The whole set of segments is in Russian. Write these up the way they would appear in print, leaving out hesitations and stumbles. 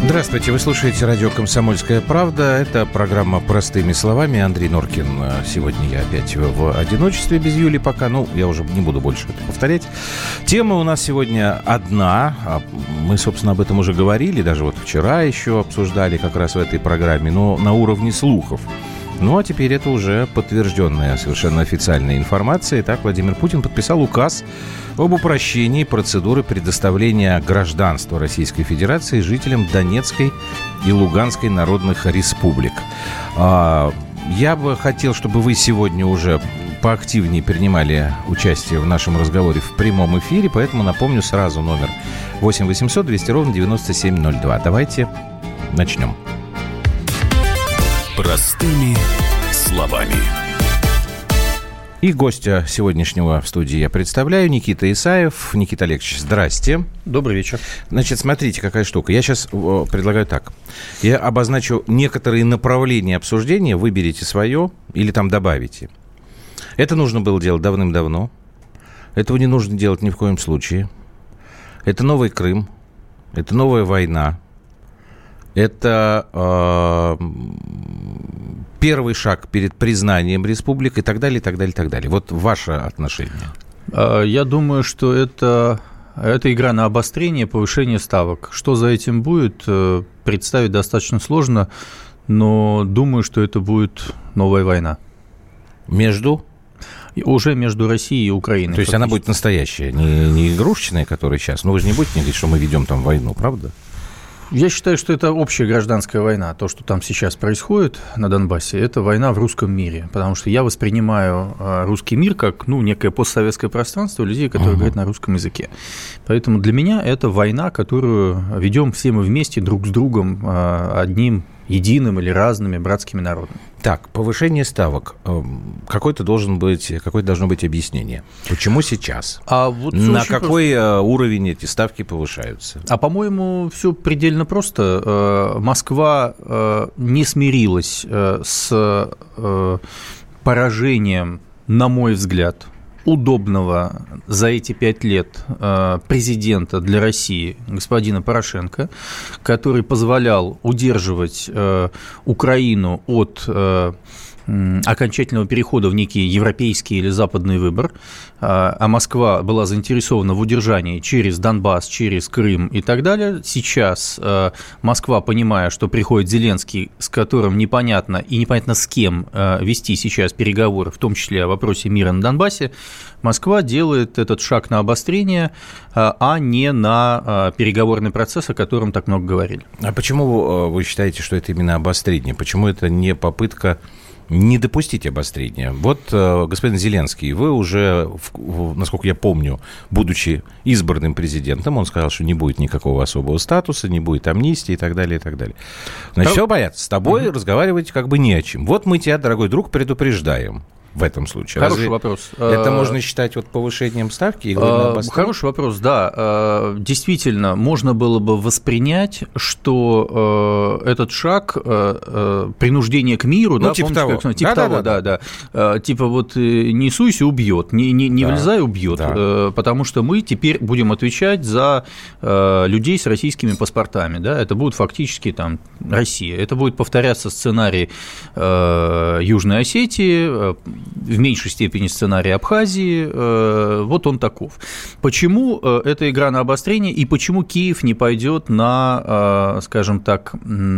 Здравствуйте, вы слушаете радио «Комсомольская правда». Это программа «Простыми словами». Андрей Норкин. Сегодня я опять в одиночестве без Юли пока. Я уже не буду больше это повторять. Тема у нас сегодня одна. Мы, собственно, об этом уже говорили. Даже вот вчера еще обсуждали как раз в этой программе. Но на уровне слухов. А теперь это уже подтвержденная совершенно официальная информация. Итак, Владимир Путин подписал указ об упрощении процедуры предоставления гражданства Российской Федерации жителям Донецкой и Луганской народных республик. Я бы хотел, чтобы вы сегодня уже поактивнее принимали участие в нашем разговоре в прямом эфире, поэтому напомню сразу номер 8 800 200 ровно 9702. Давайте начнем. Простыми словами. И гостя сегодняшнего в студии я представляю, Никита Исаев. Никита Олегович, здрасте. Добрый вечер. Значит, смотрите, какая штука. Я сейчас предлагаю так. Я обозначу некоторые направления обсуждения, выберите свое или там добавите. Это нужно было делать давным-давно. Этого не нужно делать ни в коем случае. Это новый Крым. Это новая война. Это первый шаг перед признанием республик и так далее, и так далее, и так далее. Вот ваше отношение. Я думаю, что это игра на обострение, повышение ставок. Что за этим будет, представить достаточно сложно, но думаю, что это будет новая война. Между? Уже между Россией и Украиной. То есть она будет настоящая, не игрушечная, которая сейчас. Вы же не будете говорить, что мы ведем там войну, правда? Я считаю, что это общая гражданская война. То, что там сейчас происходит на Донбассе, это война в русском мире. Потому что я воспринимаю русский мир как некое постсоветское пространство людей, которые говорят на русском языке. Поэтому для меня это война, которую ведем все мы вместе друг с другом, одним единым или разными братскими народами. Так, повышение ставок. Какое-то должно быть объяснение. Почему сейчас? На какой уровень эти ставки повышаются? По-моему, все предельно просто. Москва не смирилась с поражением, на мой взгляд, удобного за эти 5 лет президента для России, господина Порошенко, который позволял удерживать Украину от окончательного перехода в некий европейский или западный выбор, а Москва была заинтересована в удержании через Донбасс, через Крым и так далее. Сейчас Москва, понимая, что приходит Зеленский, с которым непонятно и непонятно с кем вести сейчас переговоры, в том числе о вопросе мира на Донбассе, Москва делает этот шаг на обострение, а не на переговорный процесс, о котором так много говорили. А почему вы считаете, что это именно обострение? Почему это не попытка не допустить обострения? Вот, господин Зеленский, вы уже, насколько я помню, будучи избранным президентом, он сказал, что не будет никакого особого статуса, не будет амнистии и так далее, и так далее. Значит, все боятся. С тобой разговаривать как бы не о чем. Вот мы тебя, дорогой друг, предупреждаем. В этом случае. Хороший вопрос. Это можно считать повышением ставки? И хороший вопрос, да. Действительно, можно было бы воспринять, что этот шаг принуждения к миру, типа того. Типа вот не суйся, убьет, не влезай, убьет, потому что мы теперь будем отвечать за людей с российскими паспортами, да, это будет фактически там Россия, это будет повторяться сценарий Южной Осетии, в меньшей степени сценарий Абхазии, вот он таков. Почему эта игра на обострение и почему Киев не пойдет на, скажем так,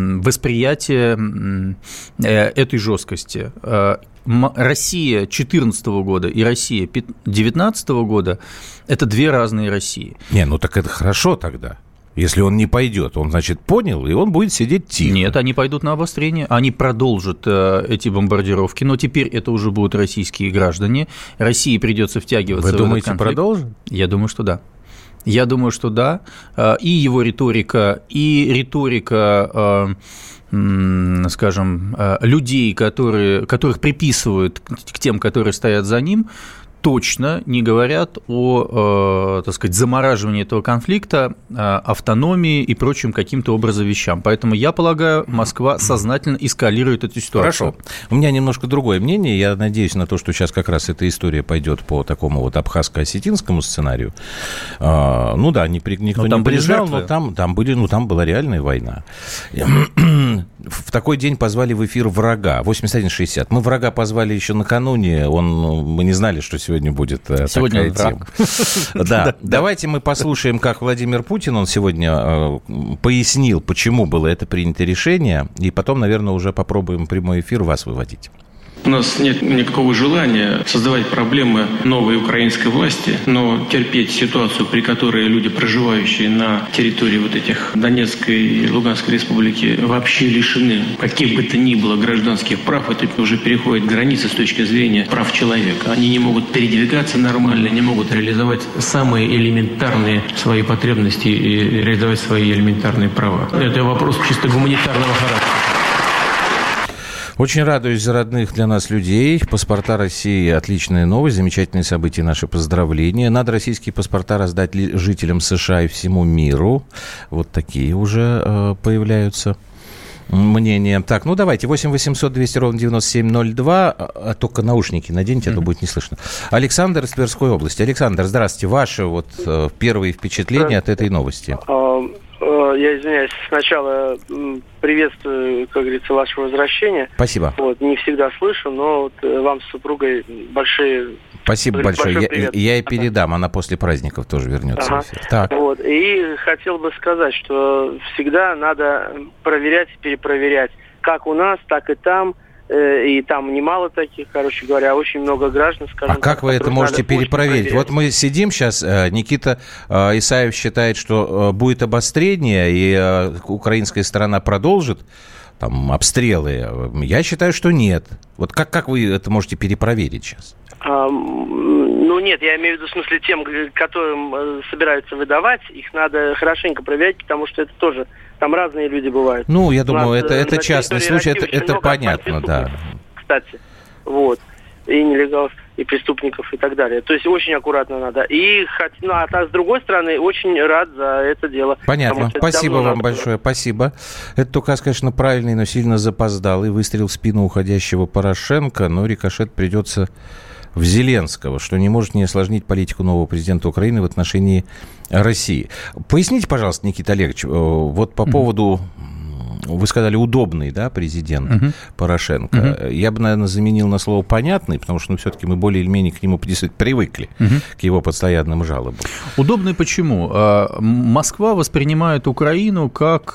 восприятие этой жесткости? Россия 2014 года и Россия 2019 года – это две разные России. Так это хорошо тогда. Если он не пойдет, он, значит, понял, и он будет сидеть тихо. Нет, они пойдут на обострение, они продолжат эти бомбардировки, но теперь это уже будут российские граждане. России придется втягиваться в этот конфликт. Вы думаете, продолжит? Я думаю, что да. И его риторика, скажем, людей, которых приписывают к тем, которые стоят за ним, точно не говорят о, так сказать, замораживании этого конфликта, автономии и прочим каким-то образом вещам. Поэтому, я полагаю, Москва сознательно эскалирует эту ситуацию. Хорошо. У меня немножко другое мнение. Я надеюсь на то, что сейчас как раз эта история пойдет по такому вот абхазско-осетинскому сценарию. Ну да, никто не признал, но там была реальная война. В такой день позвали в эфир врага. 8160. Мы врага позвали еще накануне. Мы не знали, что сегодня будет сегодня такая тема. Да. Давайте мы послушаем, как Владимир Путин, он сегодня пояснил, почему было это принято решение, и потом, наверное, уже попробуем прямой эфир вас выводить. У нас нет никакого желания создавать проблемы новой украинской власти, но терпеть ситуацию, при которой люди, проживающие на территории вот этих Донецкой и Луганской республики, вообще лишены каких бы то ни было гражданских прав, это уже переходит границы с точки зрения прав человека. Они не могут передвигаться нормально, не могут реализовать самые элементарные свои потребности и реализовать свои элементарные права. Это вопрос чисто гуманитарного характера. Очень радуюсь за родных для нас людей. Паспорта России – отличная новость, замечательные события, наши поздравления. Надо российские паспорта раздать жителям США и всему миру. Вот такие уже появляются мнения. Так, ну давайте, 8 800 200 ровно 9702. Только наушники наденьте, а то будет не слышно. Александр из Тверской области. Александр, здравствуйте. Ваши вот первые впечатления от этой новости? Я извиняюсь, сначала приветствую, как говорится, ваше возвращение. Спасибо. Не всегда слышу, но вам с супругой большие... Спасибо большое. Я ей передам, она после праздников тоже вернется в эфир. Так. И хотел бы сказать, что всегда надо проверять и перепроверять. Как у нас, так и там. И там немало таких, короче говоря, очень много граждан, скажем так. А как вы это можете перепроверить? Вот мы сидим сейчас, Никита Исаев считает, что будет обострение, и украинская сторона продолжит там обстрелы. Я считаю, что нет. Вот как вы это можете перепроверить сейчас? Нет, я имею в виду, в смысле, тем, которым собираются выдавать, их надо хорошенько проверять, потому что это тоже, там разные люди бывают. Я думаю, это частный случай, это понятно, да. Кстати, и нелегалов, и преступников, и так далее. То есть очень аккуратно надо. А с другой стороны, очень рад за это дело. Понятно. Спасибо вам большое. Спасибо. Это указ, конечно, правильный, но сильно запоздалый. Выстрел в спину уходящего Порошенко, но рикошет придется в Зеленского, что не может не осложнить политику нового президента Украины в отношении России. Поясните, пожалуйста, Никита Олегович, вот по поводу, вы сказали, удобный, да, президент Порошенко. Я бы, наверное, заменил на слово понятный, потому что, все-таки мы более или менее к нему привыкли, к его постоянным жалобам. Удобный почему? Москва воспринимает Украину как...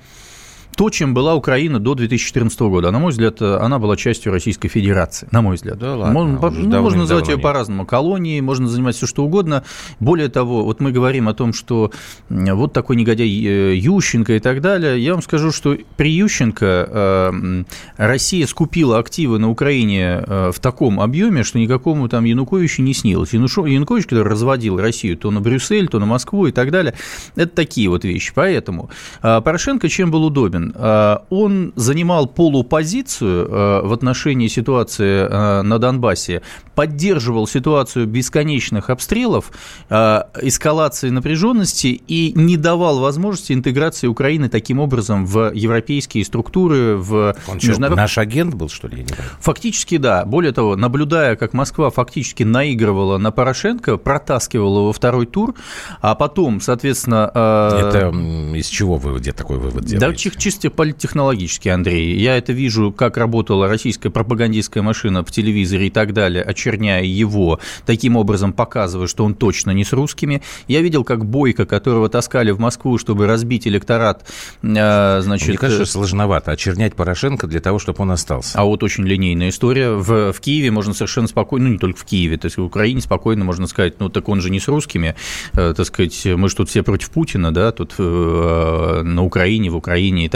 то, чем была Украина до 2014 года. На мой взгляд, она была частью Российской Федерации, на мой взгляд. Да ладно, можно называть ее по-разному. Колонией, можно занимать все, что угодно. Более того, вот мы говорим о том, что вот такой негодяй Ющенко и так далее. Я вам скажу, что при Ющенко Россия скупила активы на Украине в таком объеме, что никакому там Януковичу не снилось. Янукович, который разводил Россию то на Брюссель, то на Москву и так далее, это такие вот вещи. Поэтому Порошенко чем был удобен? Он занимал полупозицию в отношении ситуации на Донбассе, поддерживал ситуацию бесконечных обстрелов, эскалации напряженности и не давал возможности интеграции Украины таким образом в европейские структуры, в международные... Наш агент был, что ли? Фактически, да. Более того, наблюдая, как Москва фактически наигрывала на Порошенко, протаскивала во второй тур, а потом, соответственно... Это из чего вы где такой вывод делаете? Да, чисто политтехнологически, Андрей. Я это вижу, как работала российская пропагандистская машина в телевизоре и так далее, очерняя его, таким образом показывая, что он точно не с русскими. Я видел, как Бойко, которого таскали в Москву, чтобы разбить электорат, значит... Мне кажется, сложновато очернять Порошенко для того, чтобы он остался. А вот очень линейная история. В Киеве можно совершенно спокойно, не только в Киеве, то есть в Украине спокойно можно сказать, так он же не с русскими, так сказать, мы же тут все против Путина, да, тут на Украине, в Украине и так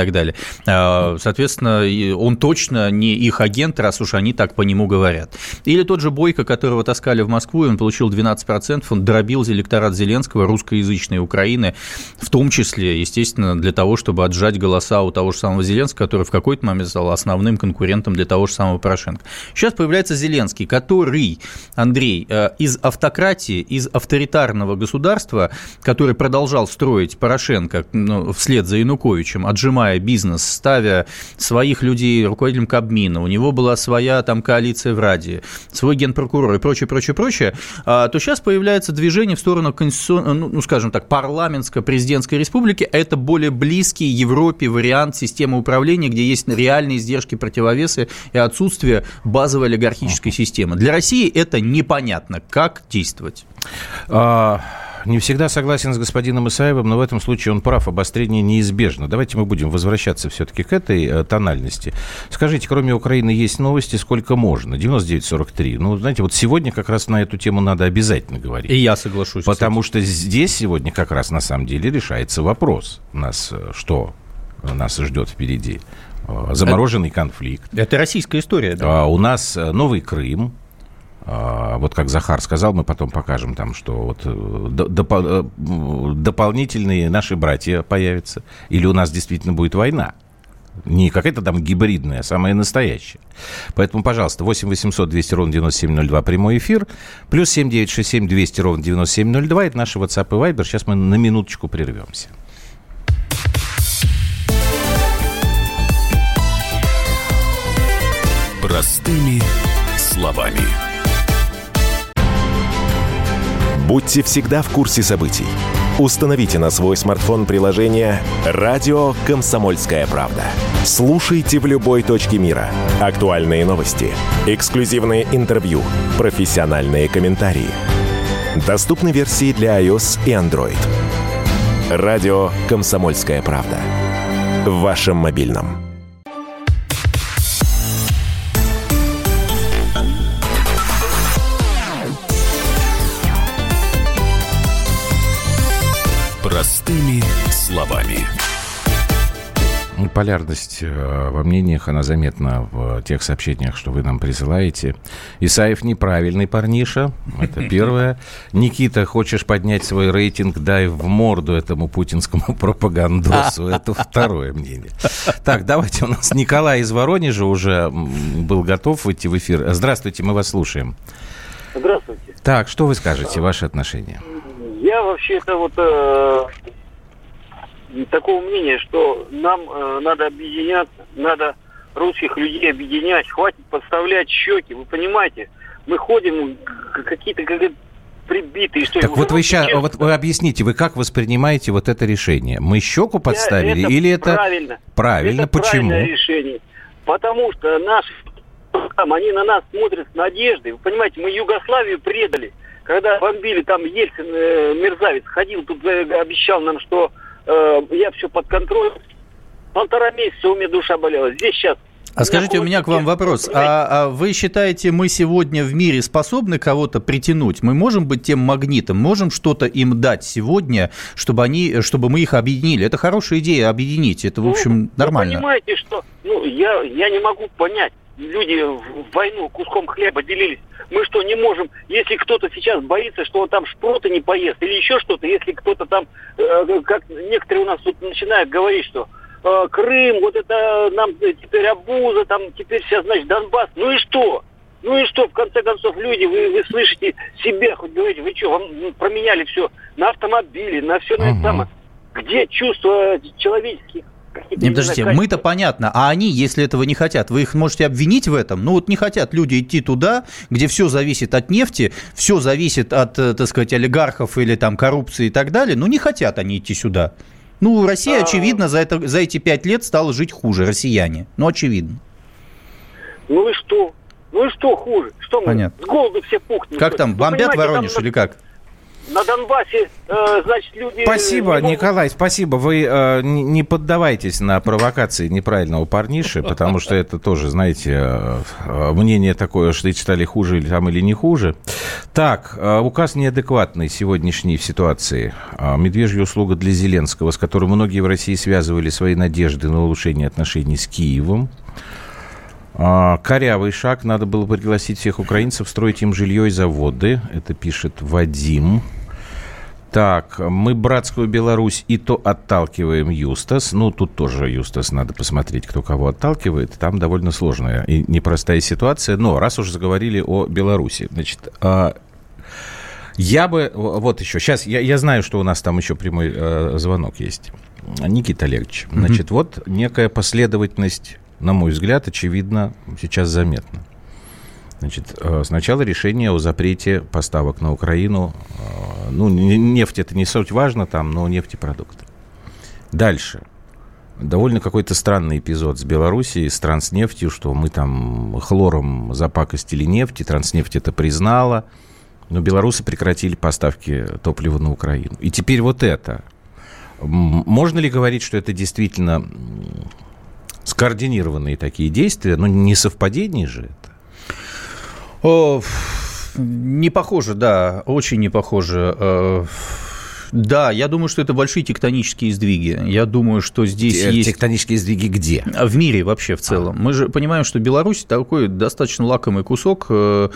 так далее. Соответственно, он точно не их агент, раз уж они так по нему говорят. Или тот же Бойко, которого таскали в Москву, и он получил 12%, он дробил электорат Зеленского, русскоязычной Украины, в том числе, естественно, для того, чтобы отжать голоса у того же самого Зеленского, который в какой-то момент стал основным конкурентом для того же самого Порошенко. Сейчас появляется Зеленский, который, Андрей, из автократии, из авторитарного государства, который продолжал строить Порошенко вслед за Януковичем, отжимая бизнес, ставя своих людей руководителем Кабмина, у него была своя там коалиция в Раде, свой генпрокурор и прочее, то сейчас появляется движение в сторону скажем так, парламентско-президентской республики, а это более близкий Европе вариант системы управления, где есть реальные издержки, противовесы и отсутствие базовой олигархической системы. Для России это непонятно, как действовать. Не всегда согласен с господином Исаевым, но в этом случае он прав, обострение неизбежно. Давайте мы будем возвращаться все-таки к этой тональности. Скажите, кроме Украины есть новости, сколько можно? 99-43. Ну, знаете, вот сегодня как раз на эту тему надо обязательно говорить. И я соглашусь. Потому что здесь сегодня как раз на самом деле решается вопрос. Что нас ждет впереди? Замороженный конфликт. Это российская история, да? У нас новый Крым. Вот как Захар сказал, мы потом покажем там, что вот дополнительные наши братья появятся. Или у нас действительно будет война. Не какая-то там гибридная, а самая настоящая. Поэтому, пожалуйста, 8 800 200 ровно 9702 прямой эфир. Плюс 7 967 200 ровно 9702. Это наши WhatsApp и Viber. Сейчас мы на минуточку прервемся. Простыми словами. Будьте всегда в курсе событий. Установите на свой смартфон приложение «Радио Комсомольская правда». Слушайте в любой точке мира. Актуальные новости, эксклюзивные интервью, профессиональные комментарии. Доступны версии для iOS и Android. «Радио Комсомольская правда». В вашем мобильном. Простыми словами. Полярность во мнениях, она заметна в тех сообщениях, что вы нам присылаете. Исаев неправильный парниша, это первое. Никита, хочешь поднять свой рейтинг, дай в морду этому путинскому пропагандосу. Это второе мнение. Так, давайте, у нас Николай из Воронежа уже был готов выйти в эфир. Здравствуйте, мы вас слушаем. Здравствуйте. Так, что вы скажете, ваши отношения? Я вообще-то такого мнения, что нам надо объединяться, надо русских людей объединять, хватит подставлять щеки, вы понимаете? Мы ходим какие-то прибитые. Что так вот вы сейчас, вот вы объясните, вы как воспринимаете вот это решение? Мы щеку подставили или это... Правильно. Правильно, это почему? Правильное решение. Потому что наши, они на нас смотрят с надеждой. Вы понимаете, мы Югославию предали. Когда бомбили, там Ельцин, мерзавец, ходил тут, обещал нам, что я все под контролем. 1,5 месяца у меня душа болела. Здесь сейчас... А скажите, у меня к вам вопрос. А вы считаете, мы сегодня в мире способны кого-то притянуть? Мы можем быть тем магнитом? Можем что-то им дать сегодня, чтобы мы их объединили? Это хорошая идея, объединить. Это, в общем, нормально. Вы понимаете, что... я не могу понять. Люди в войну куском хлеба делились. Мы что, не можем, если кто-то сейчас боится, что он там шпроты не поест или еще что-то, если кто-то там, как некоторые у нас тут начинают говорить, что Крым, вот это нам теперь обуза, там теперь сейчас, значит, Донбасс. Ну и что? В конце концов, люди, вы слышите себя, хоть говорите, вы что, вам променяли все на автомобили, на все на это самое. Где чувства человеческих? Не, подождите, мы-то понятно, а они, если этого не хотят, вы их можете обвинить в этом? Ну вот не хотят люди идти туда, где все зависит от нефти, все зависит от, так сказать, олигархов или там коррупции и так далее, но не хотят они идти сюда. Ну, Россия, очевидно, за эти 5 лет стала жить хуже, россияне, ну, очевидно. Ну и что? Хуже? Что мы с голоду все пухнем? Как там, бомбят Воронеж или как? на Донбассе, значит, люди... Спасибо, Николай, спасибо. Вы не поддавайтесь на провокации неправильного парниши, потому что это тоже, знаете, мнение такое, что стали хуже или не хуже. Так, указ неадекватный сегодняшний в ситуации. Медвежья услуга для Зеленского, с которым многие в России связывали свои надежды на улучшение отношений с Киевом. Корявый шаг. Надо было пригласить всех украинцев, строить им жилье и заводы. Это пишет Вадим. Так, мы братскую Беларусь и то отталкиваем Юстас. Ну, тут тоже Юстас, надо посмотреть, кто кого отталкивает. Там довольно сложная и непростая ситуация. Но раз уж заговорили о Беларуси, значит, я бы... Вот еще. Сейчас, я знаю, что у нас там еще прямой звонок есть. Никита Олегович. Значит, вот некая последовательность, на мой взгляд, очевидно, сейчас заметна. Значит, сначала решение о запрете поставок на Украину. Ну, нефть это не суть важно там, но нефтепродукты. Дальше. Довольно какой-то странный эпизод с Белоруссией, с Транснефтью, что мы там хлором запакостили нефть, и Транснефть это признала. Но белорусы прекратили поставки топлива на Украину. И теперь вот это. Можно ли говорить, что это действительно скоординированные такие действия? Ну, не совпадение же это? Не похоже, да, очень не похоже. Да, я думаю, что это большие тектонические сдвиги. Я думаю, что здесь есть... Тектонические сдвиги где? В мире вообще в целом. Мы же понимаем, что Беларусь такой достаточно лакомый кусок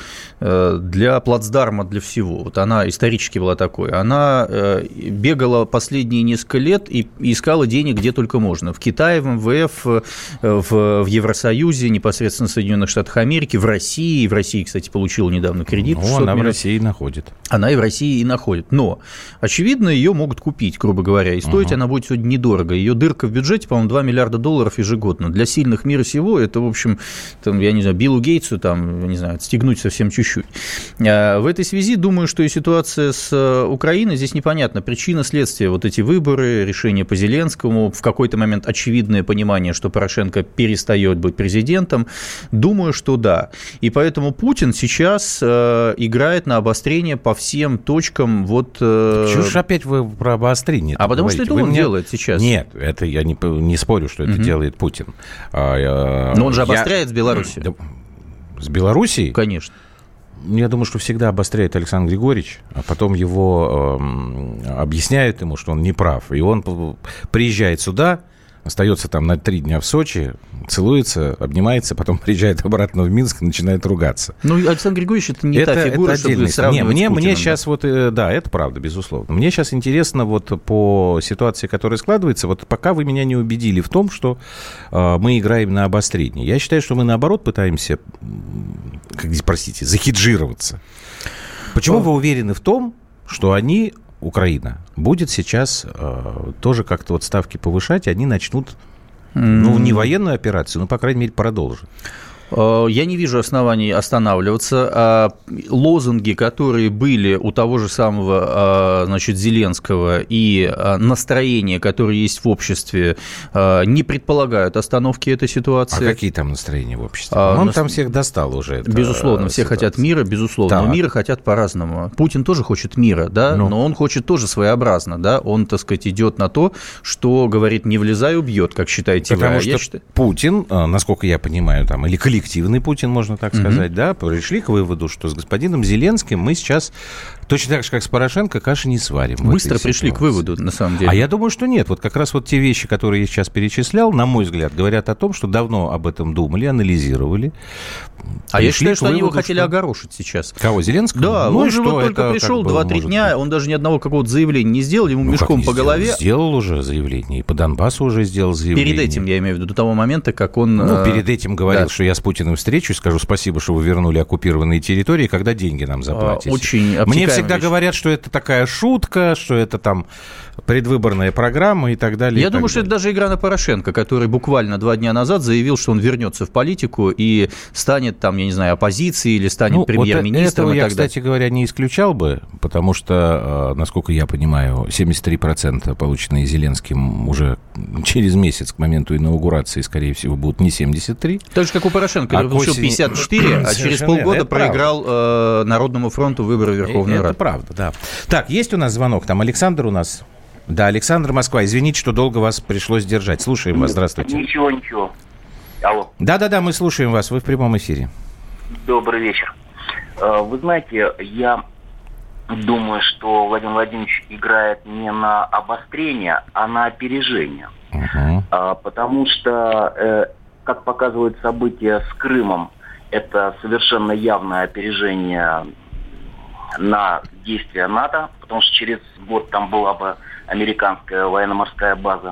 для плацдарма, для всего. Вот она исторически была такой. Она бегала последние несколько лет и искала денег где только можно. В Китае, в МВФ, в Евросоюзе, непосредственно в Соединенных Штатах Америки, в России. В России, кстати, получила недавно кредит. Ну, она в России и находит. Она и в России и находит. Но, очевидно, ее могут купить, грубо говоря, и стоить она будет сегодня недорого. Ее дырка в бюджете, по-моему, $2 миллиарда ежегодно. Для сильных мира сего это, в общем, там, я не знаю, Биллу Гейтсу, там, не знаю, отстегнуть совсем чуть-чуть. В этой связи думаю, что и ситуация с Украиной здесь непонятна. Причина, следствие, вот эти выборы, решение по Зеленскому, в какой-то момент очевидное понимание, что Порошенко перестает быть президентом. Думаю, что да. И поэтому Путин сейчас играет на обострение по всем точкам. Вот. Чего ж опять вы про обострение? А потому что это он делает сейчас. Нет, это я не спорю, что это делает Путин. Но он же обостряет с Белоруссией. Да, с Белоруссией? Конечно. Я думаю, что всегда обостряет Александр Григорьевич, а потом его объясняют ему, что он не прав. И он приезжает сюда, остается там на 3 дня в Сочи, целуется, обнимается, потом приезжает обратно в Минск и начинает ругаться. Ну, Александр Григорьевич, это не та фигура, чтобы сравнивать с Путиным. Мне сейчас вот, да, это правда, безусловно. Мне сейчас интересно вот по ситуации, которая складывается, вот пока вы меня не убедили в том, что мы играем на обострение. Я считаю, что мы, наоборот, пытаемся, простите, захеджироваться. Почему вы уверены в том, что они... Украина будет сейчас тоже как-то вот ставки повышать, и они начнут, ну, не военную операцию, но, по крайней мере, продолжат. Я не вижу оснований останавливаться. Лозунги, которые были у того же самого, значит, Зеленского, и настроения, которые есть в обществе, не предполагают остановки этой ситуации. А какие там настроения в обществе? Он там всех достал уже. Безусловно, все хотят мира, безусловно. Но мира хотят по-разному. Путин тоже хочет мира, да, но он хочет тоже своеобразно, да. Он, так сказать, идет на то, что, говорит, не влезай, убьет, как считаете вы. Потому что Путин, насколько я понимаю, там, или коллективный Путин, можно так сказать, да, пришли к выводу, что с господином Зеленским мы сейчас, точно так же, как с Порошенко, каши не сварим. Быстро пришли к выводу, на самом деле. А я думаю, что нет. Вот как раз вот те вещи, которые я сейчас перечислял, на мой взгляд, говорят о том, что давно об этом думали, анализировали. А я считаю, что они его хотели огорошить сейчас. Кого, Зеленского? Да, он же вот только пришел 2-3 дня, он даже ни одного какого-то заявления не сделал, ему мешком по голове. Сделал уже заявление, и по Донбассу уже сделал заявление. Перед этим, я имею в виду, до того момента, как он... Ну, перед этим говорил, что я с Путиным встречусь, скажу спасибо, что вы вернули оккупированные территории, когда деньги нам заплатите. Очень Мне всегда говорят, что это такая шутка, что это там предвыборная программа и так далее. Я думаю, что это даже игра на Порошенко, который буквально 2 дня назад заявил, что он вернется в политику и станет там, я не знаю, оппозицией или станет премьер-министром. Вот этого я, кстати говоря, не исключал бы, потому что, насколько я понимаю, 73% полученные Зеленским уже через месяц к моменту инаугурации, скорее всего, будут не 73. Так же, как у Порошенко, который получил 54, а через полгода проиграл Народному фронту выборы в Верховную Раду. брат. Это правда, да. Так, есть у нас звонок? Там Александр у нас. Да, Александр, Москва. Извините, что долго вас пришлось держать. Слушаем вас. Здравствуйте. Ничего. Алло. Да, мы слушаем вас. Вы в прямом эфире. Добрый вечер. Вы знаете, я думаю, что Владимир Владимирович играет не на обострение, а на опережение. Потому что, как показывают события с Крымом, это совершенно явное опережение на действия НАТО, потому что через год там была бы американская военно-морская база,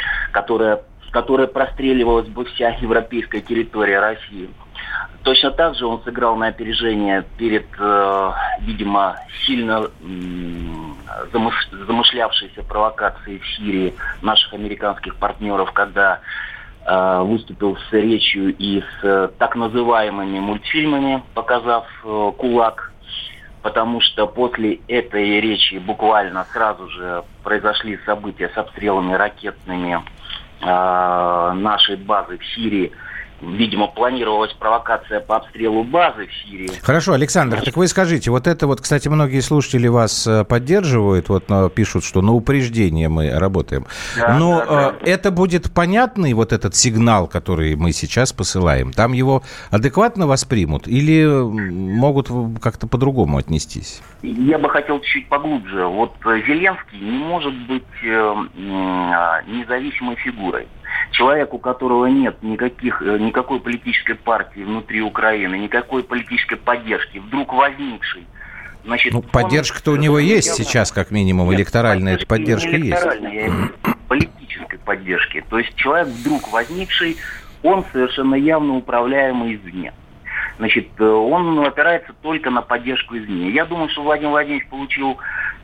с которой простреливалась бы вся европейская территория России. Точно так же он сыграл на опережение перед, видимо, сильно замышлявшейся провокацией в Сирии наших американских партнеров, когда выступил с речью и с так называемыми мультфильмами, показав кулак, потому что после этой речи буквально сразу же произошли события с обстрелами ракетными нашей базы в Сирии. Видимо, планировалась провокация по обстрелу базы в Сирии. Хорошо, Александр, так вы скажите, вот это вот, кстати, многие слушатели вас поддерживают, вот пишут, что на упреждение мы работаем. Да, но это будет понятный вот этот сигнал, который мы сейчас посылаем? Там его адекватно воспримут или могут как-то по-другому отнестись? Я бы хотел чуть поглубже. Вот Зеленский не может быть независимой фигурой. Человек, у которого нет никакой политической партии внутри Украины, никакой политической поддержки, вдруг возникшей. Значит, поддержка-то у него есть сейчас, как минимум, нет, электоральная эта поддержка есть. Электоральная, политической поддержки. То есть человек, вдруг возникший, он совершенно явно управляемый извне. Значит, он опирается только на поддержку извне. Я думаю, что Владимир Владимирович получил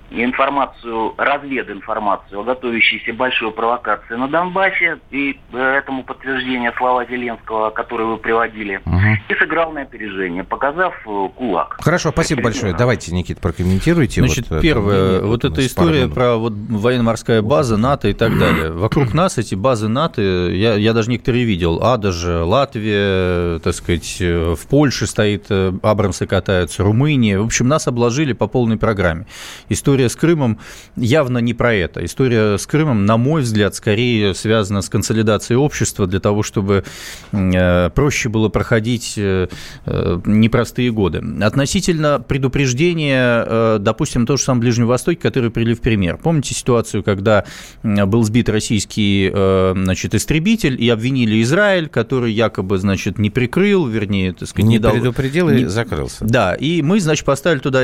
развединформацию о готовящейся большой провокации на Донбассе, и этому подтверждение слова Зеленского, которые вы приводили, и сыграл на опережение, показав кулак. Хорошо, спасибо большое. Давайте, Никит, прокомментируйте. Значит, первое, вот эта история про вот военно-морская база, НАТО и так далее. Вокруг нас эти базы НАТО, я даже некоторые видел, Адажа, Латвия, так сказать, в Польше стоит, Абрамсы катаются, Румыния. В общем, нас обложили по полной программе. История с Крымом явно не про это. История с Крымом, на мой взгляд, скорее связана с консолидацией общества для того, чтобы проще было проходить непростые годы. Относительно предупреждения, допустим, то же самое Ближнем Востоке, который привели в пример. Помните ситуацию, когда был сбит российский, истребитель, и обвинили Израиль, который якобы, не прикрыл, вернее, так сказать, не предупредил и закрылся. Да, и мы, поставили туда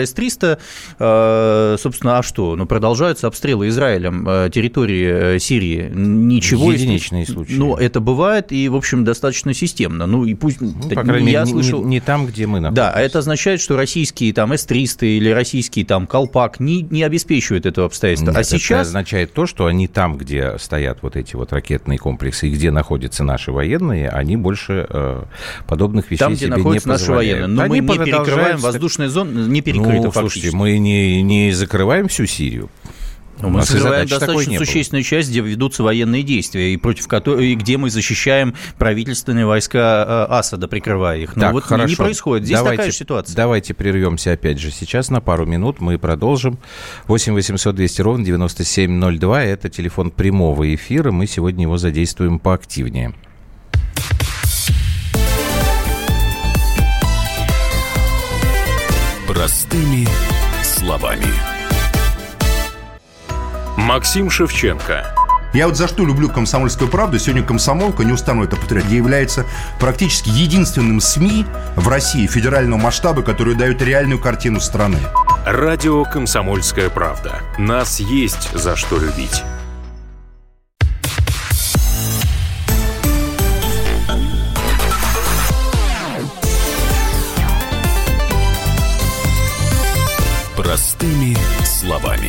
С-300, собственно, а что? Продолжаются обстрелы Израилем территории Сирии. Ничего. Единичные случаи. Это бывает, и, в общем, достаточно системно. И пусть... по крайней мере, не там, где мы находимся. Да, а это означает, что российские С-300 или российский Колпак не обеспечивают этого обстоятельства. Нет, это означает то, что они там, где стоят вот эти вот ракетные комплексы, и где находятся наши военные, они больше подобных вещей себе не позволяют. Там, где находятся наши военные. Но мы не перекрываем воздушные зоны, не перекрыты фактически. Слушайте, мы не закрываем всю Сирию. Мы закрываем достаточно существенную часть, где ведутся военные действия, и против которой, где мы защищаем правительственные войска Асада, прикрывая их. Но хорошо. Не происходит. Здесь такая же ситуация. Давайте прервемся опять же сейчас на пару минут. Мы продолжим. 8 800 200 ровно 9702. Это телефон прямого эфира. Мы сегодня его задействуем поактивнее. Простыми словами. Максим Шевченко. Я за что люблю «Комсомольскую правду». Сегодня «Комсомолка», не устану это повторять, является практически единственным СМИ в России федерального масштаба, который дает реальную картину страны. Радио «Комсомольская правда». Нас есть за что любить. Простыми словами.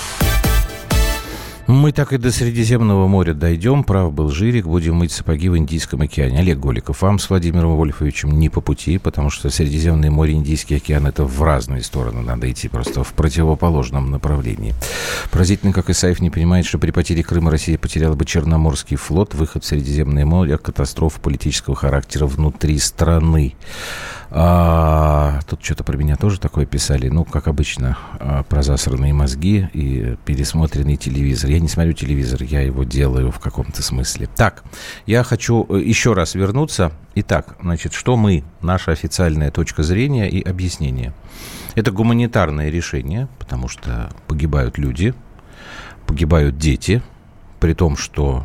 Мы так и до Средиземного моря дойдем. Прав был Жирик. Будем мыть сапоги в Индийском океане. Олег Голиков. Вам с Владимиром Вольфовичем не по пути, потому что Средиземное море, Индийский океан — это в разные стороны. Надо идти просто в противоположном направлении. Поразительно, как Исаев не понимает, что при потере Крыма Россия потеряла бы Черноморский флот, выход в Средиземное море, катастрофа политического характера внутри страны. Тут что-то про меня тоже такое писали. Ну, как обычно, про засранные мозги и пересмотренный телевизор. Я не смотрю телевизор, я его делаю в каком-то смысле. Так, я хочу еще раз вернуться. Итак, значит, что мы, наша официальная точка зрения и объяснение. Это гуманитарное решение, потому что погибают люди, погибают дети, при том, что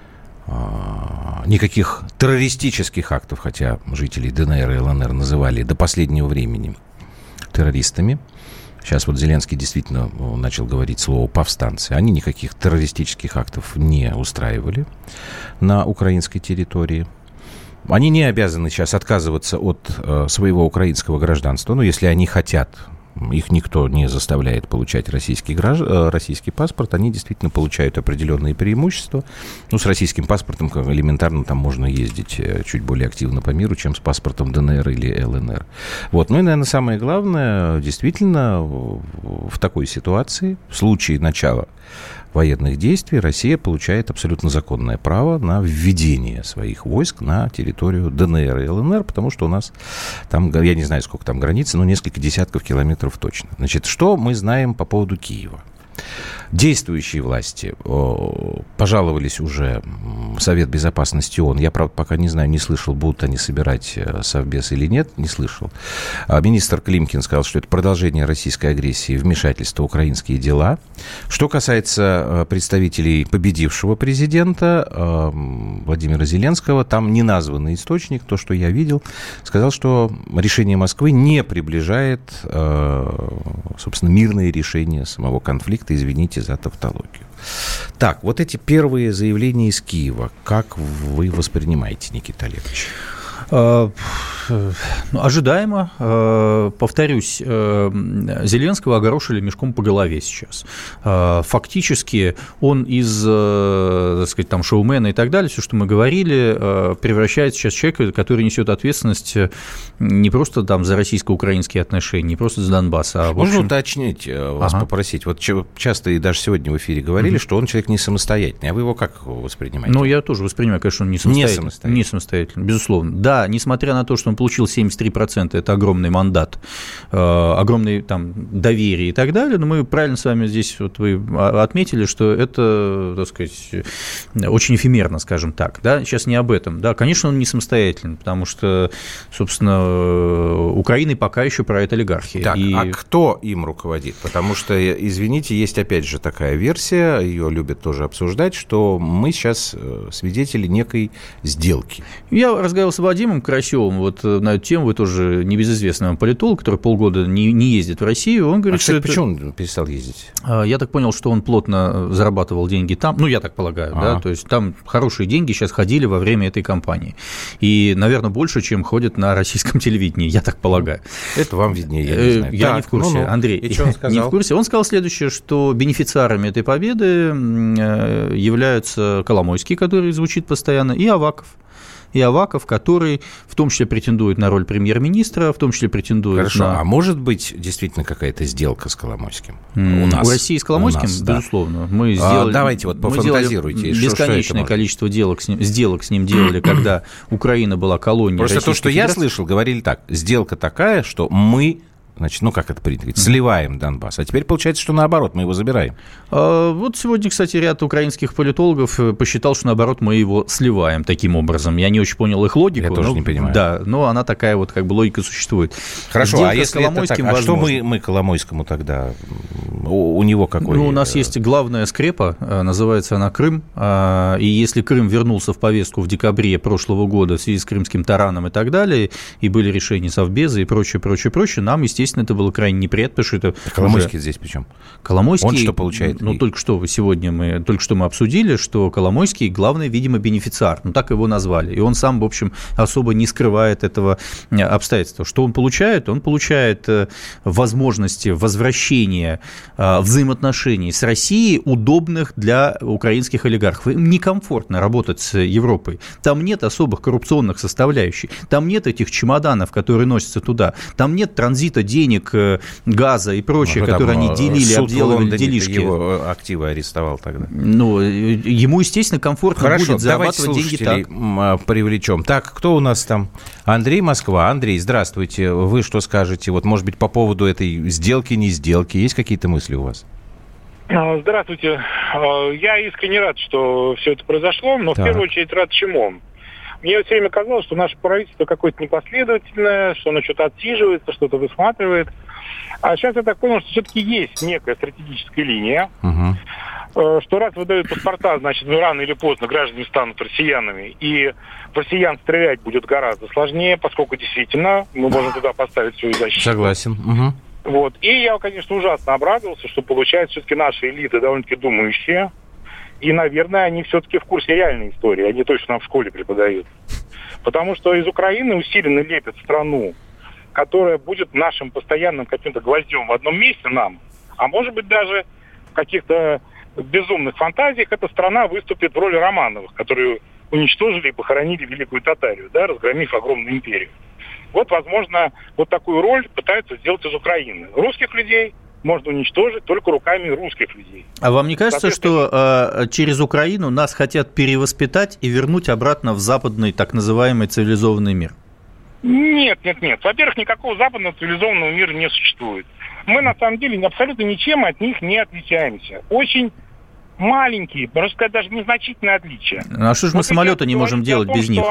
никаких террористических актов, хотя жителей ДНР и ЛНР называли до последнего времени террористами. Сейчас вот Зеленский действительно начал говорить слово «повстанцы». Они никаких террористических актов не устраивали на украинской территории. Они не обязаны сейчас отказываться от своего украинского гражданства. Но если они хотят, их никто не заставляет получать российский паспорт, они действительно получают определенные преимущества. Ну, с российским паспортом элементарно там можно ездить чуть более активно по миру, чем с паспортом ДНР или ЛНР. Вот. Ну и, наверное, самое главное, действительно, в такой ситуации, в случае начала военных действий, Россия получает абсолютно законное право на введение своих войск на территорию ДНР и ЛНР, потому что у нас там, я не знаю, сколько там границы, но несколько десятков километров точно. Значит, что мы знаем по поводу Киева? Действующие власти пожаловались уже в Совет Безопасности ООН. Я, правда, пока не знаю, не слышал, будут они собирать совбез или нет, не слышал. Министр Климкин сказал, что это продолжение российской агрессии, вмешательство в украинские дела. Что касается представителей победившего президента Владимира Зеленского, там неназванный источник, то, что я видел, сказал, что решение Москвы не приближает, собственно, мирное решение самого конфликта. Извините за тавтологию. Так, вот эти первые заявления из Киева, как вы воспринимаете, Никита Олегович? Ожидаемо. Повторюсь, Зеленского огорошили мешком по голове сейчас. Фактически он из, так сказать, там, шоумена и так далее, все, что мы говорили, превращается сейчас в человека, который несет ответственность не просто там за российско-украинские отношения, не просто за Донбасс, а в общем... Можно уточнить, вас попросить? Вот часто и даже сегодня в эфире говорили, что он человек не самостоятельный. А вы его как воспринимаете? Ну, я тоже воспринимаю, конечно, он не самостоятельный. Не самостоятельный, безусловно. Да, несмотря на то, что он получил 73%, это огромный мандат, огромное там доверие и так далее, но мы правильно с вами здесь, вот вы отметили, что это, так сказать, очень эфемерно, скажем так, да, сейчас не об этом, да, конечно, он не самостоятельный, потому что, собственно, Украиной пока еще правит олигархия. Так, а кто им руководит? Потому что, извините, есть опять же такая версия, ее любят тоже обсуждать, что мы сейчас свидетели некой сделки. Я разговаривал с Вадимом Карасевым вот на эту тему, вы тоже небезызвестный вам политолог, который полгода не ездит в Россию, он говорит, что почему он перестал ездить? Я так понял, что он плотно зарабатывал деньги там, ну, я так полагаю, да, то есть там хорошие деньги сейчас ходили во время этой кампании, и, наверное, больше, чем ходят на российском телевидении, я так полагаю. Это вам виднее, я не знаю. Я не в курсе, Андрей, и что он сказал? Не в курсе. Он сказал следующее, что бенефициарами этой победы являются Коломойский, который звучит постоянно, и Аваков, который в том числе претендует на роль премьер-министра, в том числе претендует Хорошо, на... а может быть действительно какая-то сделка с Коломойским? У России с Коломойским, безусловно. Мы сделали, давайте вот пофантазируйте. Бесконечное количество сделок с ним делали, когда Украина была колонией Просто Российской то, что Федерации. я слышал, говорили так: сделка такая, что мы... Значит, ну, как это принято говорить, сливаем Донбасс. А теперь получается, что наоборот, мы его забираем. Вот сегодня, кстати, ряд украинских политологов посчитал, что наоборот мы его сливаем таким образом. Я не очень понял их логику. Я тоже не понимаю. Да, но она такая вот как бы логика существует. Хорошо, сделка а если это так, а что мы Коломойскому тогда? У него какой? Ну, у нас есть главная скрепа, называется она Крым. И если Крым вернулся в повестку в декабре прошлого года в связи с крымским тараном и так далее, и были решения Совбеза и прочее, нам, естественно, это было крайне неприятно, потому что это... Коломойский здесь причем? Коломойский... Он что получает? Ну, только что мы обсудили, что Коломойский главный, видимо, бенефициар. Ну, так его назвали. И он сам, в общем, особо не скрывает этого обстоятельства. Что он получает? Он получает возможности возвращения взаимоотношений с Россией, удобных для украинских олигархов. Им некомфортно работать с Европой. Там нет особых коррупционных составляющих. Там нет этих чемоданов, которые носятся туда. Там нет транзита денег, газа и прочее, которые они делили, обделывали делишки. Его активы арестовал тогда. Ну, ему, естественно, комфортно будет зарабатывать деньги так. Привлечем. Так, кто у нас там? Андрей, Москва. Андрей, здравствуйте. Вы что скажете? Вот, может быть, по поводу этой сделки, не сделки. Есть какие-то мысли у вас? Здравствуйте. Я искренне рад, что все это произошло, но в первую очередь рад чему? Мне все время казалось, что наше правительство какое-то непоследовательное, что оно что-то отсиживается, что-то высматривает. А сейчас я так понял, что все-таки есть некая стратегическая линия, что раз выдают паспорта, значит, рано или поздно граждане станут россиянами, и в россиян стрелять будет гораздо сложнее, поскольку действительно мы можем туда поставить свою защиту. Согласен. Вот. И я, конечно, ужасно обрадовался, что, получается, все-таки наши элиты довольно-таки думающие, и, наверное, они все-таки в курсе реальной истории, они точно нам в школе преподают. Потому что из Украины усиленно лепят страну, которая будет нашим постоянным каким-то гвоздем в одном месте нам, а может быть даже в каких-то безумных фантазиях эта страна выступит в роли Романовых, которые уничтожили и похоронили Великую Татарию, да, разгромив огромную империю. Вот, возможно, вот такую роль пытаются сделать из Украины. Русских людей можно уничтожить только руками русских людей. А вам не кажется, что через Украину нас хотят перевоспитать и вернуть обратно в западный так называемый цивилизованный мир? Нет. Во-первых, никакого западного цивилизованного мира не существует. Мы, на самом деле, абсолютно ничем от них не отличаемся. Очень маленькие, можно сказать, даже незначительные отличия. А что же мы самолеты не можем делать без них?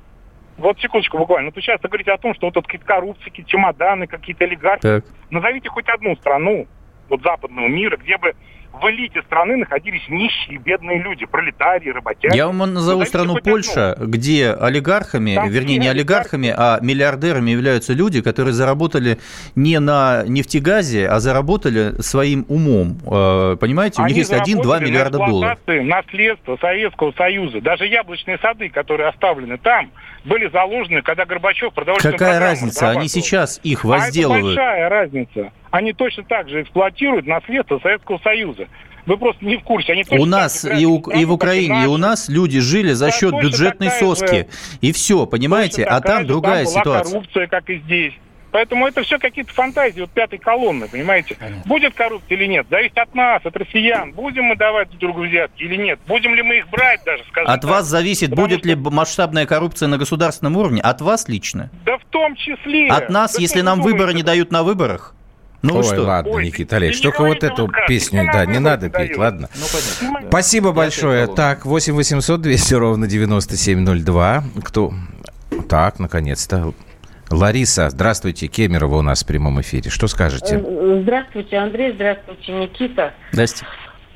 Вот секундочку буквально. Вы часто говорите о том, что вот какие-то коррупции, какие-то чемоданы, какие-то олигархи. Так. Назовите хоть одну страну вот западного мира, где бы в элите страны находились нищие, бедные люди, пролетарии, работяги. Я вам назову страну Польша, где олигархами, там вернее, не олигархами, а миллиардерами являются люди, которые заработали не на нефтегазе, а заработали своим умом. Понимаете? У них есть 1-2 миллиарда долларов. Наследство Советского Союза. Даже яблочные сады, которые оставлены там, были заложены, когда Горбачев продовольственную программу. Какая разница? Они сейчас их возделывают. Это большая разница. Они точно так же эксплуатируют наследство Советского Союза. Вы просто не в курсе. Они у нас и в Украине, и у нас люди жили за счет бюджетной соски. И все, понимаете? А там другая ситуация. Коррупция, как и здесь. Поэтому это все какие-то фантазии вот пятой колонны, понимаете? Понятно. Будет коррупция или нет, зависит от нас, от россиян. Будем мы давать друг другу взятки или нет? Будем ли мы их брать даже, скажем От вас зависит, будет ли масштабная коррупция на государственном уровне? От вас лично? Да в том числе. От нас, если нам выборы не дают на выборах? Ну что? Ладно, Никита Олегович, только вот эту песню, не надо петь, ладно. Спасибо большое. Так, 8 800 200 ровно 9702. Кто? Так, наконец-то. Лариса, здравствуйте, Кемерово у нас в прямом эфире. Что скажете? Здравствуйте, Андрей, здравствуйте, Никита. Здрасте.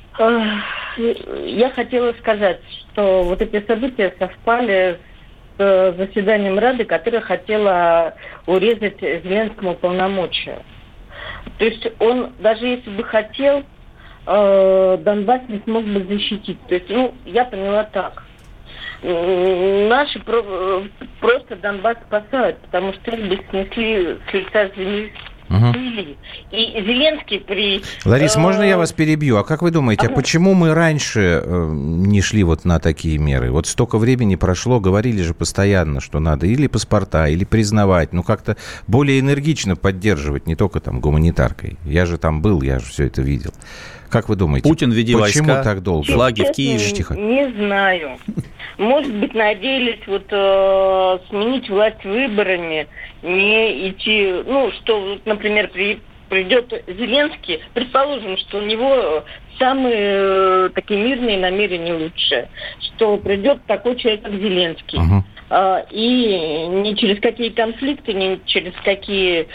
Я хотела сказать, что вот эти события совпали с заседанием Рады, которая хотела урезать Зеленскому полномочия. То есть он, даже если бы хотел, Донбасс не смог бы защитить. То есть, я поняла так. Наши просто Донбасс спасают, потому что их бы снесли с лица земли. И Зеленский при... Лариса, можно я вас перебью? А как вы думаете, почему мы раньше не шли вот на такие меры? Вот столько времени прошло, говорили же постоянно, что надо или паспорта, или признавать, как-то более энергично поддерживать, не только там гуманитаркой. Я же там был, я же все это видел. Как вы думаете, Путин, веди почему войска, так долго? Флаги в Киеве. Тихо. Не знаю. Может быть, надеялись сменить власть выборами, не идти, что, например, придет Зеленский, предположим, что у него самые такие мирные намерения лучшие, что придет такой человек, как Зеленский. И ни через какие конфликты, ни через какие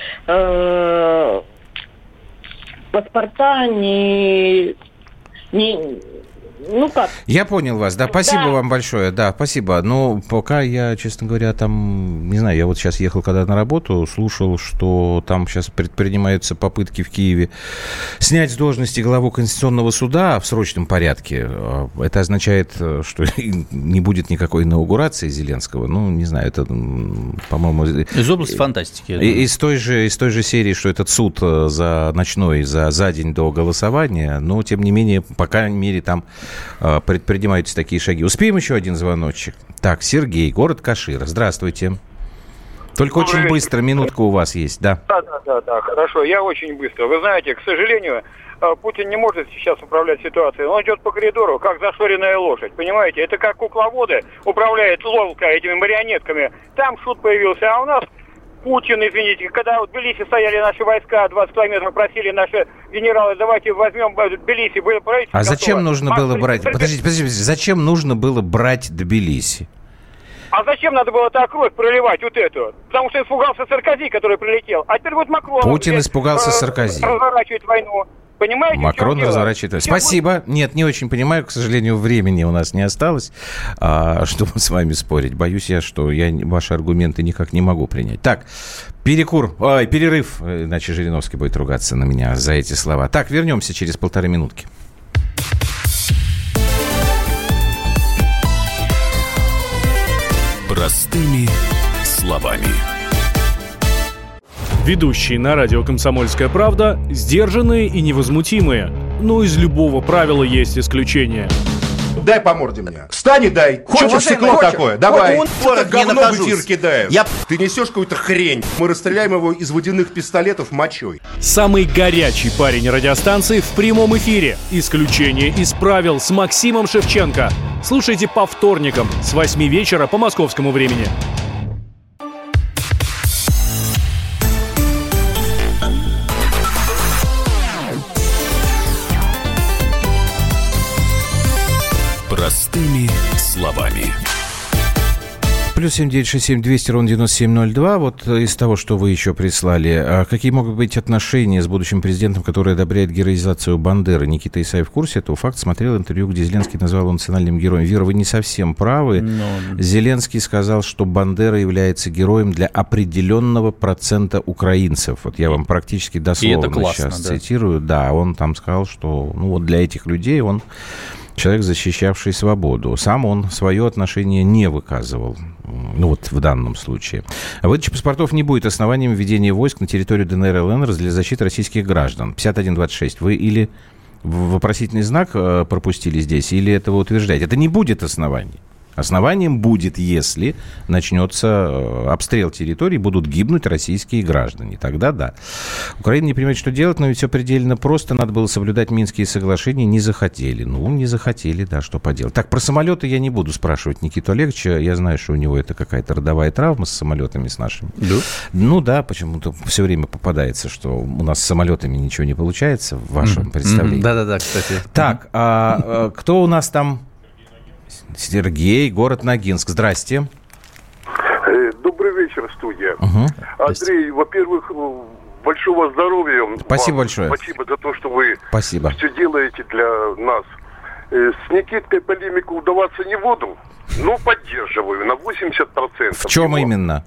паспорта, ни Ну как? Я понял вас, да, спасибо вам большое, да, спасибо. Ну, пока я, честно говоря, там, не знаю, я вот сейчас ехал когда на работу, слушал, что там сейчас предпринимаются попытки в Киеве снять с должности главу Конституционного суда в срочном порядке. Это означает, что не будет никакой инаугурации Зеленского. Ну, не знаю, это, по-моему... Из области фантастики. Из той же серии, что этот суд за день до голосования, но, тем не менее, по крайней мере, там предпринимаются такие шаги. Успеем еще один звоночек? Так, Сергей, город Кашира. Здравствуйте. Только очень быстро, минутка у вас есть, да? Да, хорошо, я очень быстро. Вы знаете, к сожалению, Путин не может сейчас управлять ситуацией. Он идет по коридору, как зашоренная лошадь, понимаете? Это как кукловоды управляет ловко этими марионетками. Там шут появился, а у нас Путин, извините, когда в Тбилиси стояли наши войска, 20 километров просили наши генералы, давайте возьмем Тбилиси. Было правительство. А зачем нужно было брать... Подождите, зачем нужно было брать Тбилиси? А зачем надо было так кровь проливать вот эту? Потому что испугался Саркози, который прилетел. А теперь вот Макрон... Путин испугался Саркози. Разворачивает войну. Понимаете, Макрон разворачивает. Спасибо. Нет, не очень понимаю. К сожалению, времени у нас не осталось, чтобы с вами спорить. Боюсь я, что я ваши аргументы никак не могу принять. Так, перерыв. Иначе Жириновский будет ругаться на меня за эти слова. Так, вернемся через 1,5 минутки. Простыми словами. Ведущие на радио «Комсомольская правда» сдержанные и невозмутимые. Но из любого правила есть исключение. Дай по морде мне. Встань и дай. Хочешь стекло такое? Давай. Это говно в эфир кидаешь. Ты несешь какую-то хрень. Мы расстреляем его из водяных пистолетов мочой. Самый горячий парень радиостанции в прямом эфире. Исключение из правил с Максимом Шевченко. Слушайте по вторникам с 8 вечера по московскому времени. Простыми словами. Плюс 7967-200-97-02. Вот из того, что вы еще прислали, какие могут быть отношения с будущим президентом, который одобряет героизацию Бандеры? Никита Исаев в курсе этого факта. Смотрел интервью, где Зеленский назвал его национальным героем. Вера, вы не совсем правы. Зеленский сказал, что Бандера является героем для определенного процента украинцев. Вот я вам практически дословно классно, сейчас цитирую. Да, он там сказал, что вот для этих людей он человек, защищавший свободу. Сам он свое отношение не выказывал. Вот в данном случае. Выдача паспортов не будет основанием введения войск на территорию ДНР и ЛНР для защиты российских граждан. 5126. Вы или вопросительный знак пропустили здесь, или это вы утверждаете? Это не будет основанием. Основанием будет, если начнется обстрел территории, будут гибнуть российские граждане. Тогда да. Украина не понимает, что делать, но ведь все предельно просто. Надо было соблюдать Минские соглашения. Не захотели. Не захотели, да, что поделать. Так, про самолеты я не буду спрашивать Никиту Олеговича. Я знаю, что у него это какая-то родовая травма с самолетами, с нашими. Да? Да, почему-то все время попадается, что у нас с самолетами ничего не получается в вашем представлении. Да-да-да, кстати. Так, кто у нас там... Сергей, город Ногинск. Здрасте. Добрый вечер, студия. Андрей, во-первых, большого здоровья. Спасибо большое. Спасибо за то, что вы все делаете для нас. С Никиткой полемику удаваться не буду, но поддерживаю на 80%. В чем именно?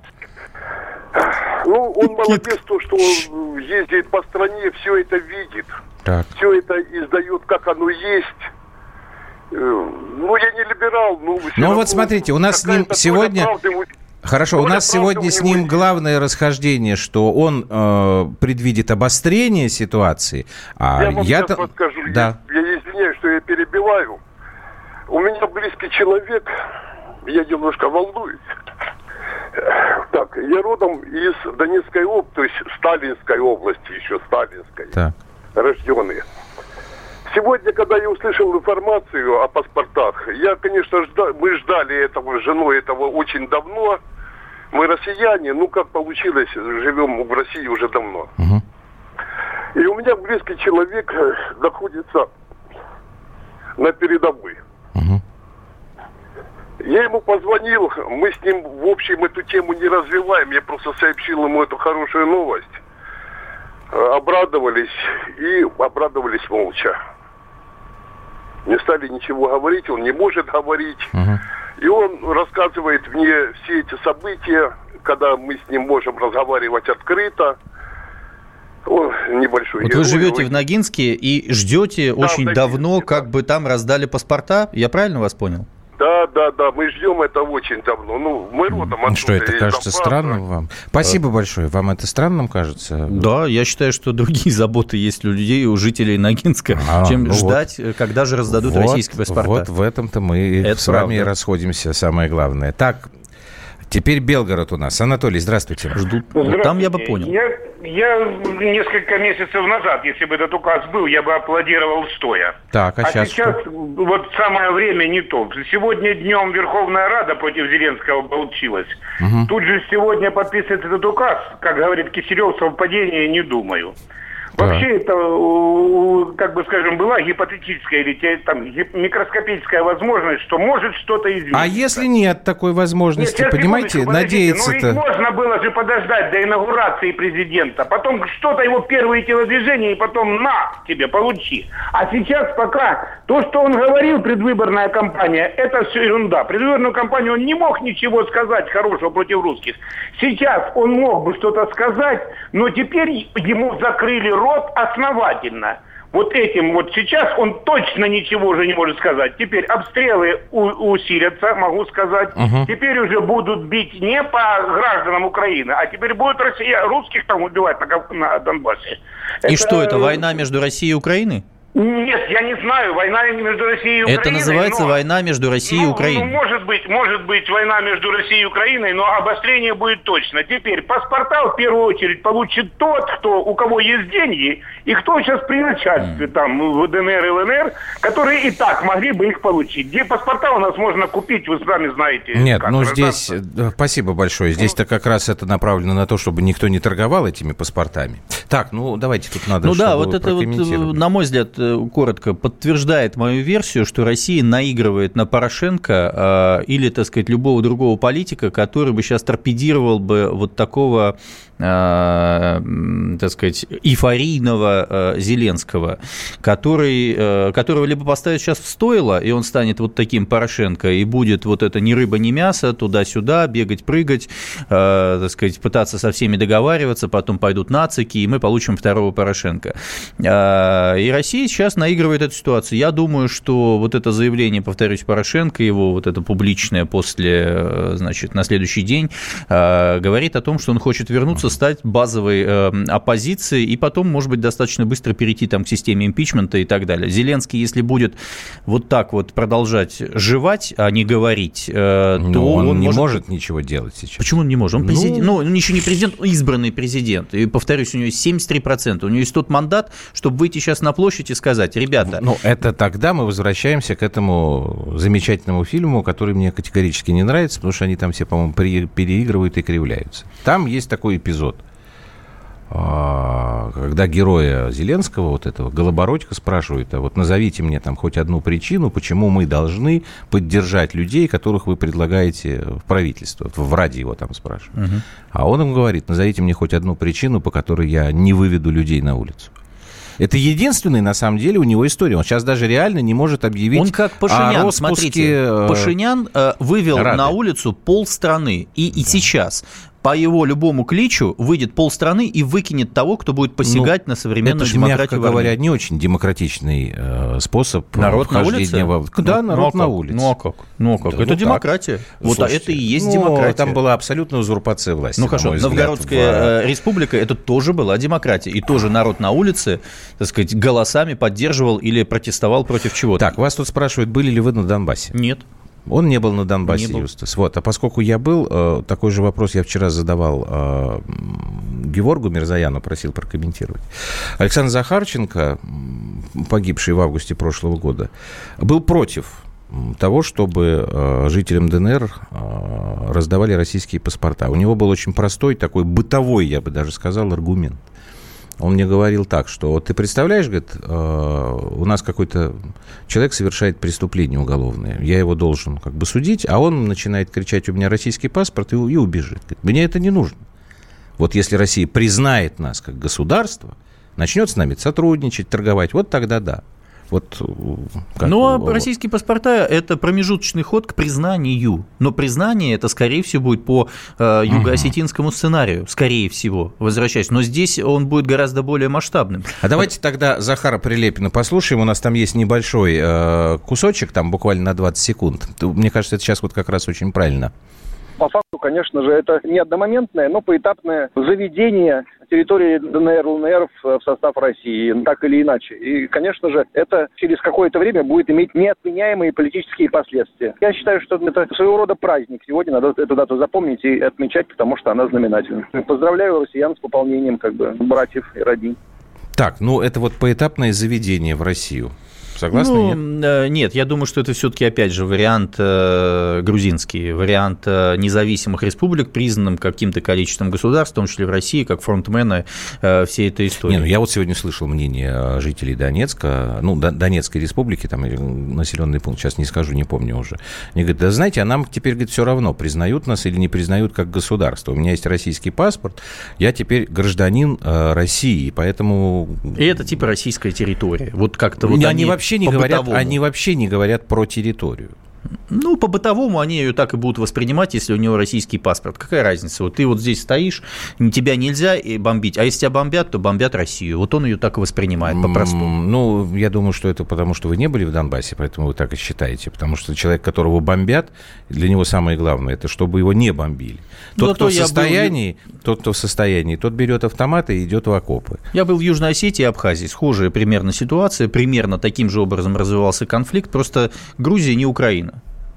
Он молодец, то, что он ездит по стране, все это видит. Так. Все это издает, как оно есть. Я не либерал, вот смотрите, у нас с ним сегодня... Хорошо, у нас сегодня с ним главное расхождение, что он предвидит обострение ситуации. Я вам сейчас подскажу. Да. Я извиняюсь, что я перебиваю. У меня близкий человек, я немножко волнуюсь. Так, я родом из Донецкой области, то есть Сталинской области, еще Сталинской, рожденный. Сегодня, когда я услышал информацию о паспортах, мы ждали этого с женой очень давно. Мы россияне, как получилось, живем в России уже давно. И у меня близкий человек находится на передовой. Я ему позвонил, мы с ним, в общем, эту тему не развиваем, я просто сообщил ему эту хорошую новость. Обрадовались молча. не стали ничего говорить, он не может говорить. И он рассказывает мне все эти события, когда мы с ним можем разговаривать открыто. Он небольшой. Вот вы живете в Ногинске и ждете очень давно, как бы там раздали паспорта. Я правильно вас понял? Да, мы ждем это очень давно. Ну, мы родом оттуда. Что, это кажется странным вам? Спасибо большое. Вам это странным кажется? Да, я считаю, что другие заботы есть у людей, у жителей Ногинска, чем ждать, когда же раздадут российские паспорта. Вот в этом-то мы с вами и расходимся, самое главное. Так, теперь Белгород у нас. Анатолий, здравствуйте. Ждут. Вот там я бы понял. Я несколько месяцев назад, если бы этот указ был, я бы аплодировал стоя. Так, а сейчас вот самое время не то. Сегодня днем Верховная Рада против Зеленского получилась. Тут же сегодня подписывает этот указ. Как говорит Киселев, совпадение не думаю. Вообще это, как бы скажем, была гипотетическая или там микроскопическая возможность, что может что-то измениться. А если нет такой возможности, нет, понимаете, надеяться-то... Ну, ведь можно было же подождать до инаугурации президента, потом что-то его первые телодвижения, и потом на тебе, получи. А сейчас пока то, что он говорил, предвыборная кампания, это все ерунда. Предвыборную кампанию он не мог ничего сказать хорошего против русских. Сейчас он мог бы что-то сказать, но теперь ему закрыли рот основательно. Вот этим вот сейчас он точно ничего уже не может сказать. Теперь обстрелы усилятся, могу сказать. Теперь уже будут бить не по гражданам Украины, а теперь будут русских там убивать на Донбассе. И что это, война между Россией и Украиной? Нет, я не знаю, война между Россией и Украиной. Это называется война между Россией и Украиной. Может быть война между Россией и Украиной, но обострение будет точно. Теперь паспорта в первую очередь получит тот, у кого есть деньги, и кто сейчас при начальстве там в ДНР и ЛНР, которые и так могли бы их получить. Где паспорта у нас можно купить, вы сами знаете. Нет, здесь, спасибо большое, здесь-то как раз это направлено на то, чтобы никто не торговал этими паспортами. Так, давайте тут надо прокомментировать. На мой взгляд, коротко подтверждает мою версию, что Россия наигрывает на Порошенко или, так сказать, любого другого политика, который бы сейчас торпедировал бы вот такого, так сказать, эйфорийного Зеленского, которого либо поставят сейчас в стойло, и он станет вот таким Порошенко, и будет вот это ни рыба, ни мясо, туда-сюда, бегать, прыгать, так сказать, пытаться со всеми договариваться, потом пойдут нацики, и мы получим второго Порошенко. И Россия сейчас наигрывает эту ситуацию. Я думаю, что вот это заявление, повторюсь, Порошенко, его вот это публичное после, значит, на следующий день, говорит о том, что он хочет вернуться, стать базовой оппозицией и потом, может быть, достаточно быстро перейти там к системе импичмента и так далее. Зеленский, если будет вот так вот продолжать жевать, а не говорить, то он не может ничего делать сейчас. Почему он не может? Он президент, он еще не президент, он избранный президент. И, повторюсь, у него есть 73%. У него есть тот мандат, чтобы выйти сейчас на площадь и сказать: ребята... это тогда мы возвращаемся к этому замечательному фильму, который мне категорически не нравится, потому что они там все, по-моему, переигрывают и кривляются. Там есть такой эпизод, когда героя Зеленского, вот этого Голобородько, спрашивают: а вот назовите мне там хоть одну причину, почему мы должны поддержать людей, которых вы предлагаете в правительство. В Раде его там спрашивают. А он им говорит: назовите мне хоть одну причину, по которой я не выведу людей на улицу. Это единственная, на самом деле, у него история. Он сейчас даже реально не может объявить он как Пашинян, о распуске смотрите, Пашинян вывел Рады на улицу полстраны. И сейчас по его любому кличу выйдет полстраны и выкинет того, кто будет посягать на современную демократию. Это, мягко говоря, не очень демократичный способ народ вхождения на улице? Да, народ на улице. Ну а как? Это демократия. Вот это и есть демократия. Там была абсолютная узурпация власти. Ну хорошо, Новгородская республика, это тоже была демократия. И тоже народ на улице, так сказать, голосами поддерживал или протестовал против чего-то. Так, вас тут спрашивают, были ли вы на Донбассе? Нет. Он не был на Донбассе, Юстас. Вот. А поскольку я был, такой же вопрос я вчера задавал Геворгу Мирзояну, просил прокомментировать. Александр Захарченко, погибший в августе прошлого года, был против того, чтобы жителям ДНР раздавали российские паспорта. У него был очень простой, такой бытовой, я бы даже сказал, аргумент. Он мне говорил так, что вот ты представляешь, говорит, у нас какой-то человек совершает преступление уголовное, я его должен как бы судить, а он начинает кричать: у меня российский паспорт, и убежит. Говорит, мне это не нужно. Вот если Россия признает нас как государство, начнет с нами сотрудничать, торговать, вот тогда да. Вот, российские паспорта – это промежуточный ход к признанию. Но признание это, скорее всего, будет по юго-осетинскому сценарию, скорее всего, возвращаясь. Но здесь он будет гораздо более масштабным. А давайте тогда Захара Прилепина послушаем. У нас там есть небольшой кусочек, там буквально на 20 секунд. Мне кажется, это сейчас вот как раз очень правильно. По факту, конечно же, это не одномоментное, но поэтапное заведение территории ДНР, ЛНР в состав России, так или иначе. И, конечно же, это через какое-то время будет иметь неотменяемые политические последствия. Я считаю, что это своего рода праздник. Сегодня надо эту дату запомнить и отмечать, потому что она знаменательна. Поздравляю россиян с пополнением братьев и родни. Так, это вот поэтапное заведение в Россию. Согласны? Нет, я думаю, что это все-таки, опять же, вариант грузинский, вариант независимых республик, признанным каким-то количеством государств, в том числе в России, как фронтмены всей этой истории. Я вот сегодня слышал мнение жителей Донецка, Донецкой республики, там населенный пункт, сейчас не скажу, не помню уже. Они говорят, да знаете, а нам теперь, говорит, все равно, признают нас или не признают как государство. У меня есть российский паспорт, я теперь гражданин России, поэтому... И это типа российская территория. Вот как-то вот они вообще не говорят про территорию. По-бытовому они ее так и будут воспринимать, если у него российский паспорт. Какая разница? Вот ты вот здесь стоишь, тебя нельзя бомбить, а если тебя бомбят, то бомбят Россию. Вот он ее так и воспринимает по-простому. Я думаю, что это потому, что вы не были в Донбассе, поэтому вы так и считаете. Потому что человек, которого бомбят, для него самое главное, это чтобы его не бомбили. Тот, кто в состоянии, тот берет автомат и идет в окопы. Я был в Южной Осетии и Абхазии. Схожая примерно ситуация. Примерно таким же образом развивался конфликт. Просто Грузия не Украина.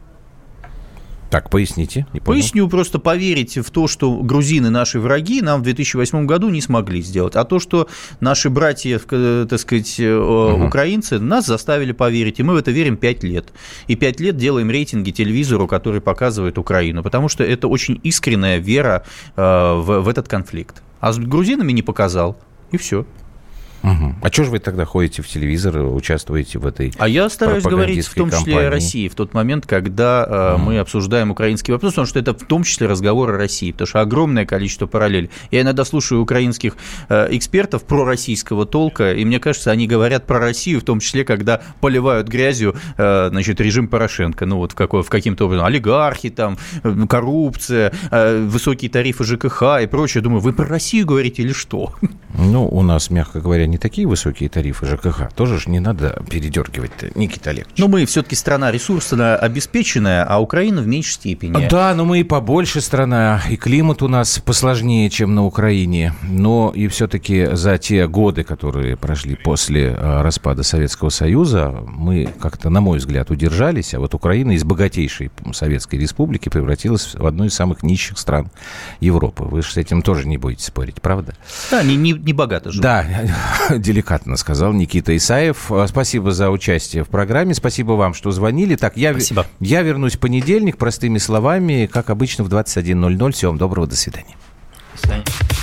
Так, поясните. Поясню, просто поверить в то, что грузины наши враги, нам в 2008 году не смогли сделать. А то, что наши братья, так сказать, украинцы, нас заставили поверить. И мы в это верим 5 лет. И 5 лет делаем рейтинги телевизору, который показывает Украину. Потому что это очень искренняя вера в этот конфликт. А с грузинами не показал. И все. А что же вы тогда ходите в телевизор, участвуете в этой А я стараюсь говорить в том числе о России в тот момент, когда мы обсуждаем украинский вопрос, потому что это в том числе разговор о России, потому что огромное количество параллелей. Я иногда слушаю украинских экспертов пророссийского толка, и мне кажется, они говорят про Россию, в том числе, когда поливают грязью, режим Порошенко, в каким-то образом, олигархи, коррупция, высокие тарифы ЖКХ и прочее. Думаю, вы про Россию говорите или что? У нас, мягко говоря, не такие высокие тарифы ЖКХ. Тоже ж не надо передергивать-то, Никита Олегович. Мы все-таки страна ресурсно обеспеченная, а Украина в меньшей степени. Да, но мы и побольше страна, и климат у нас посложнее, чем на Украине. Но и все-таки за те годы, которые прошли после распада Советского Союза, мы как-то, на мой взгляд, удержались, а вот Украина из богатейшей Советской Республики превратилась в одну из самых нищих стран Европы. Вы же с этим тоже не будете спорить, правда? Да, не богато живут. Да, деликатно сказал Никита Исаев. Спасибо за участие в программе. Спасибо вам, что звонили. Так, Спасибо. Я вернусь в понедельник, простыми словами, как обычно, в 21:00. Всего вам доброго, до свидания. До свидания.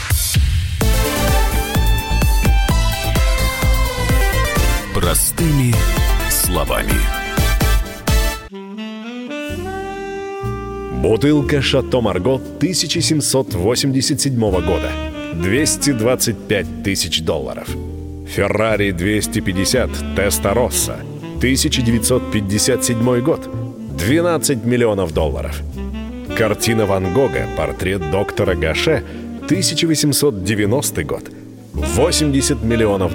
Простыми словами. Бутылка «Шато Марго» 1787 года. $225 тысяч. Феррари 250 Теста-Росса, 1957 год. $12 миллионов. Картина Ван Гога «Портрет доктора Гаше», 1890 год. $80 миллионов.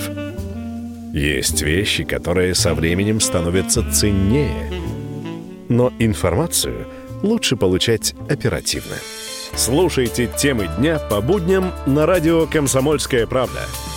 Есть вещи, которые со временем становятся ценнее. Но информацию лучше получать оперативно. Слушайте темы дня по будням на радио «Комсомольская правда».